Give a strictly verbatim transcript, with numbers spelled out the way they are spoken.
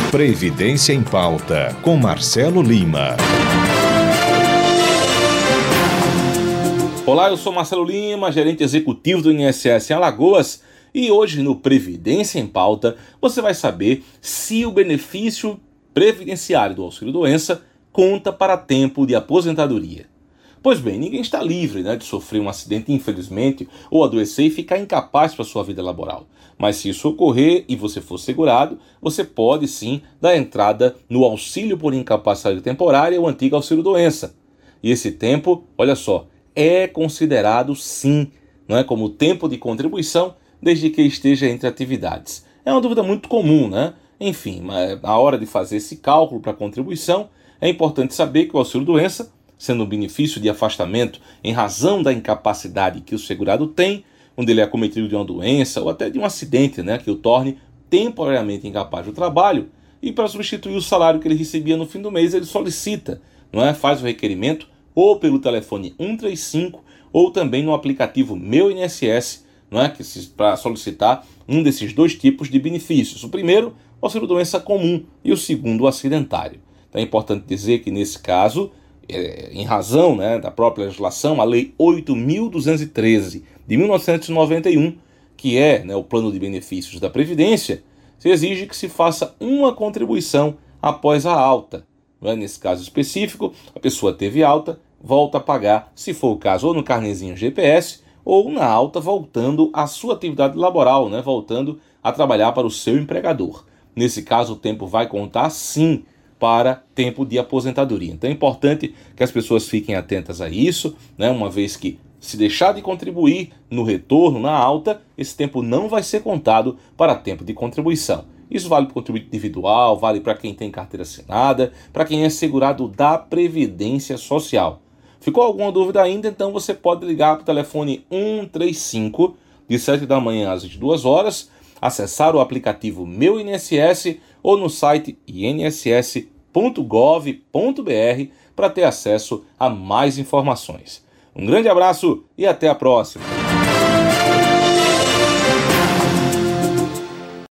Previdência em Pauta, com Marcelo Lima. Olá, eu sou Marcelo Lima, gerente executivo do I N S S em Alagoas, e hoje no Previdência em Pauta você vai saber se o benefício previdenciário do auxílio-doença conta para tempo de aposentadoria. Pois bem, ninguém está livre, né, de sofrer um acidente, infelizmente, ou adoecer e ficar incapaz para a sua vida laboral. Mas se isso ocorrer e você for segurado, você pode sim dar entrada no auxílio por incapacidade temporária, o antigo auxílio-doença. E esse tempo, olha só, é considerado sim, não é, como tempo de contribuição, desde que esteja entre atividades. É uma dúvida muito comum, né? Enfim, na hora de fazer esse cálculo para contribuição, é importante saber que o auxílio-doença, sendo um benefício de afastamento em razão da incapacidade que o segurado tem, onde ele é acometido de uma doença ou até de um acidente, né, que o torne temporariamente incapaz do trabalho, e para substituir o salário que ele recebia no fim do mês, ele solicita, não é, faz o requerimento ou pelo telefone um três cinco ou também no aplicativo Meu I N S S, não é, que para solicitar um desses dois tipos de benefícios. O primeiro, o auxílio-doença comum, e o segundo, o acidentário. Então é importante dizer que nesse caso, é, em razão, né, da própria legislação, a Lei oito mil duzentos e treze de mil novecentos e noventa e um, que é, né, o plano de benefícios da Previdência, se exige que se faça uma contribuição após a alta. Não é? Nesse caso específico, a pessoa teve alta, volta a pagar, se for o caso, ou no carnezinho G P S, ou na alta voltando à sua atividade laboral, né, voltando a trabalhar para o seu empregador. Nesse caso, o tempo vai contar sim para tempo de aposentadoria. Então é importante que as pessoas fiquem atentas a isso, né? Uma vez que se deixar de contribuir no retorno, na alta, esse tempo não vai ser contado para tempo de contribuição. Isso vale para o contribuinte individual, vale para quem tem carteira assinada, para quem é segurado da Previdência Social. Ficou alguma dúvida ainda? Então você pode ligar para o telefone um três cinco, de sete da manhã às vinte e duas horas, acessar o aplicativo Meu I N S S ou no site i n s s ponto gov ponto b r para ter acesso a mais informações. Um grande abraço e até a próxima!